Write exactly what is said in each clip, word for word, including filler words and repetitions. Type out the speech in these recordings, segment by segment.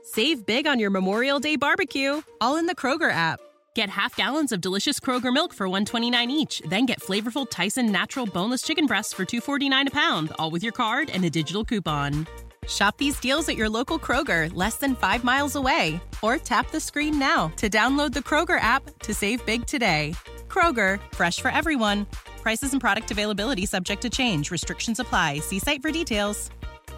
Save big on your Memorial Day barbecue, all in the Kroger app. Get half gallons of delicious Kroger milk for one dollar and twenty-nine cents each. Then get flavorful Tyson natural boneless chicken breasts for two dollars and forty-nine cents a pound, all with your card and a digital coupon. Shop these deals at your local Kroger, less than five miles away. Or tap the screen now to download the Kroger app to save big today. Kroger, fresh for everyone. Prices and product availability subject to change. Restrictions apply. See site for details.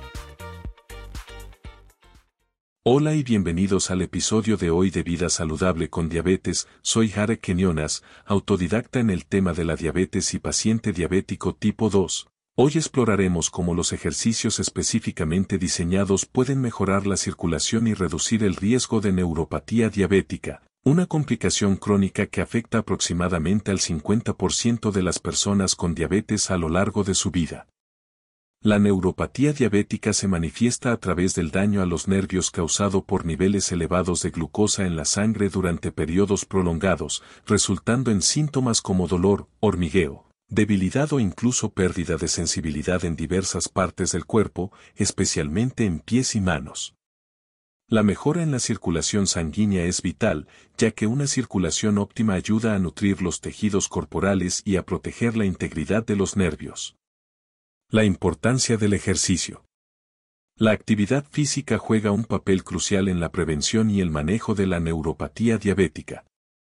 Hola y bienvenidos al episodio de hoy de Vida Saludable con Diabetes. Soy Jarek Quinones, autodidacta en el tema de la diabetes y paciente diabético tipo dos. Hoy exploraremos cómo los ejercicios específicamente diseñados pueden mejorar la circulación y reducir el riesgo de neuropatía diabética, una complicación crónica que afecta aproximadamente al cincuenta por ciento de las personas con diabetes a lo largo de su vida. La neuropatía diabética se manifiesta a través del daño a los nervios causado por niveles elevados de glucosa en la sangre durante periodos prolongados, resultando en síntomas como dolor, hormigueo, debilidad o incluso pérdida de sensibilidad en diversas partes del cuerpo, especialmente en pies y manos. La mejora en la circulación sanguínea es vital, ya que una circulación óptima ayuda a nutrir los tejidos corporales y a proteger la integridad de los nervios. La importancia del ejercicio. La actividad física juega un papel crucial en la prevención y el manejo de la neuropatía diabética.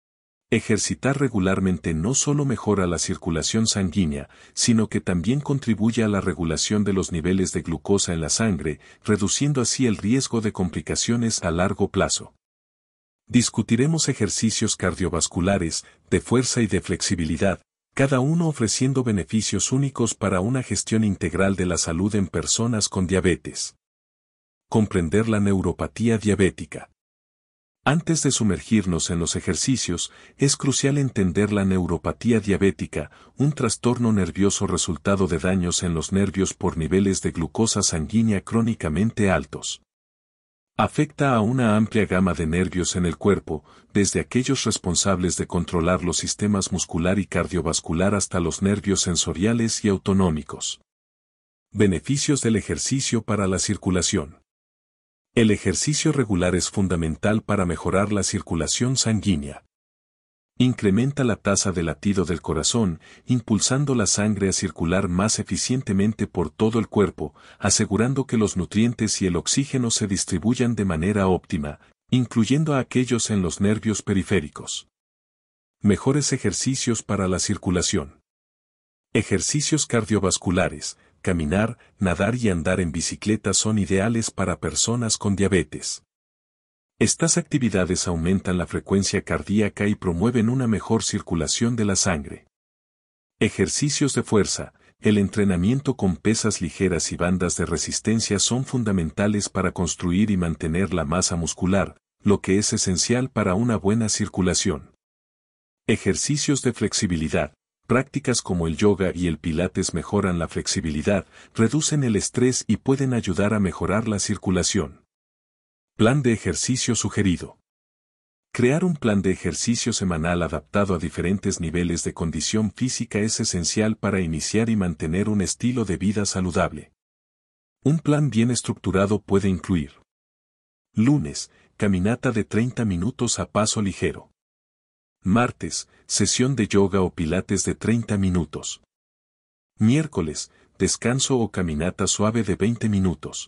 Ejercitar regularmente no solo mejora la circulación sanguínea, sino que también contribuye a la regulación de los niveles de glucosa en la sangre, reduciendo así el riesgo de complicaciones a largo plazo. Discutiremos ejercicios cardiovasculares, de fuerza y de flexibilidad, cada uno ofreciendo beneficios únicos para una gestión integral de la salud en personas con diabetes. Comprender la neuropatía diabética. Antes de sumergirnos en los ejercicios, es crucial entender la neuropatía diabética, un trastorno nervioso resultado de daños en los nervios por niveles de glucosa sanguínea crónicamente altos. Afecta a una amplia gama de nervios en el cuerpo, desde aquellos responsables de controlar los sistemas muscular y cardiovascular hasta los nervios sensoriales y autonómicos. Beneficios del ejercicio para la circulación. El ejercicio regular es fundamental para mejorar la circulación sanguínea. Incrementa la tasa de latido del corazón, impulsando la sangre a circular más eficientemente por todo el cuerpo, asegurando que los nutrientes y el oxígeno se distribuyan de manera óptima, incluyendo a aquellos en los nervios periféricos. Mejores ejercicios para la circulación. Ejercicios cardiovasculares, caminar, nadar y andar en bicicleta son ideales para personas con diabetes. Estas actividades aumentan la frecuencia cardíaca y promueven una mejor circulación de la sangre. Ejercicios de fuerza. El entrenamiento con pesas ligeras y bandas de resistencia son fundamentales para construir y mantener la masa muscular, lo que es esencial para una buena circulación. Ejercicios de flexibilidad. Prácticas como el yoga y el pilates mejoran la flexibilidad, reducen el estrés y pueden ayudar a mejorar la circulación. Plan de ejercicio sugerido. Crear un plan de ejercicio semanal adaptado a diferentes niveles de condición física es esencial para iniciar y mantener un estilo de vida saludable. Un plan bien estructurado puede incluir: lunes, caminata de treinta minutos a paso ligero. Martes, sesión de yoga o pilates de treinta minutos. Miércoles, descanso o caminata suave de veinte minutos.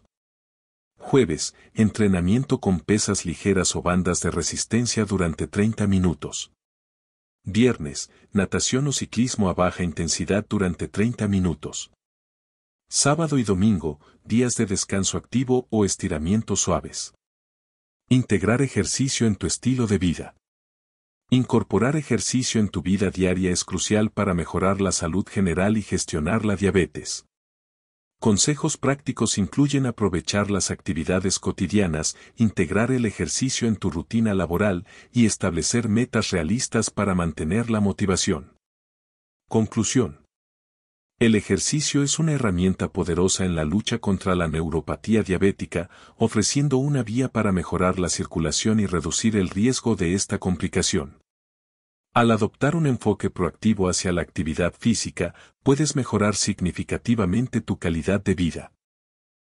Jueves, entrenamiento con pesas ligeras o bandas de resistencia durante treinta minutos. Viernes, natación o ciclismo a baja intensidad durante treinta minutos. Sábado y domingo, días de descanso activo o estiramientos suaves. Integrar ejercicio en tu estilo de vida. Incorporar ejercicio en tu vida diaria es crucial para mejorar la salud general y gestionar la diabetes. Consejos prácticos incluyen aprovechar las actividades cotidianas, integrar el ejercicio en tu rutina laboral y establecer metas realistas para mantener la motivación. Conclusión. El ejercicio es una herramienta poderosa en la lucha contra la neuropatía diabética, ofreciendo una vía para mejorar la circulación y reducir el riesgo de esta complicación. Al adoptar un enfoque proactivo hacia la actividad física, puedes mejorar significativamente tu calidad de vida.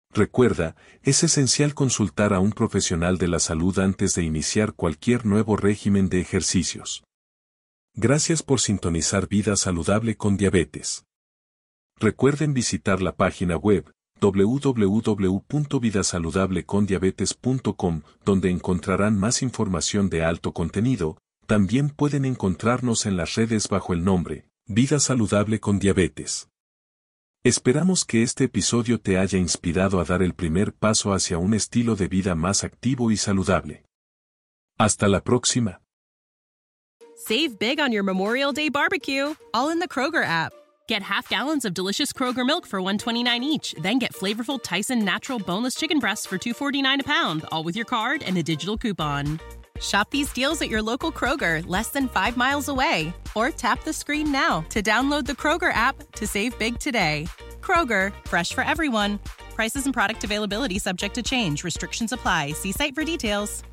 Recuerda, es esencial consultar a un profesional de la salud antes de iniciar cualquier nuevo régimen de ejercicios. Gracias por sintonizar Vida Saludable con Diabetes. Recuerden visitar la página web doble u doble u doble u punto vida saludable con diabetes punto com, donde encontrarán más información de alto contenido. También pueden encontrarnos en las redes bajo el nombre Vida Saludable con Diabetes. Esperamos que este episodio te haya inspirado a dar el primer paso hacia un estilo de vida más activo y saludable. Hasta la próxima. Save big on your Memorial Day barbecue, all in the Kroger app. Get half gallons of delicious Kroger milk for one twenty-nine each, then get flavorful Tyson natural boneless chicken breasts for two forty-nine a pound, all with your card and a digital coupon. Shop these deals at your local Kroger, less than five miles away. Or tap the screen now to download the Kroger app to save big today. Kroger, fresh for everyone. Prices and product availability subject to change. Restrictions apply. See site for details.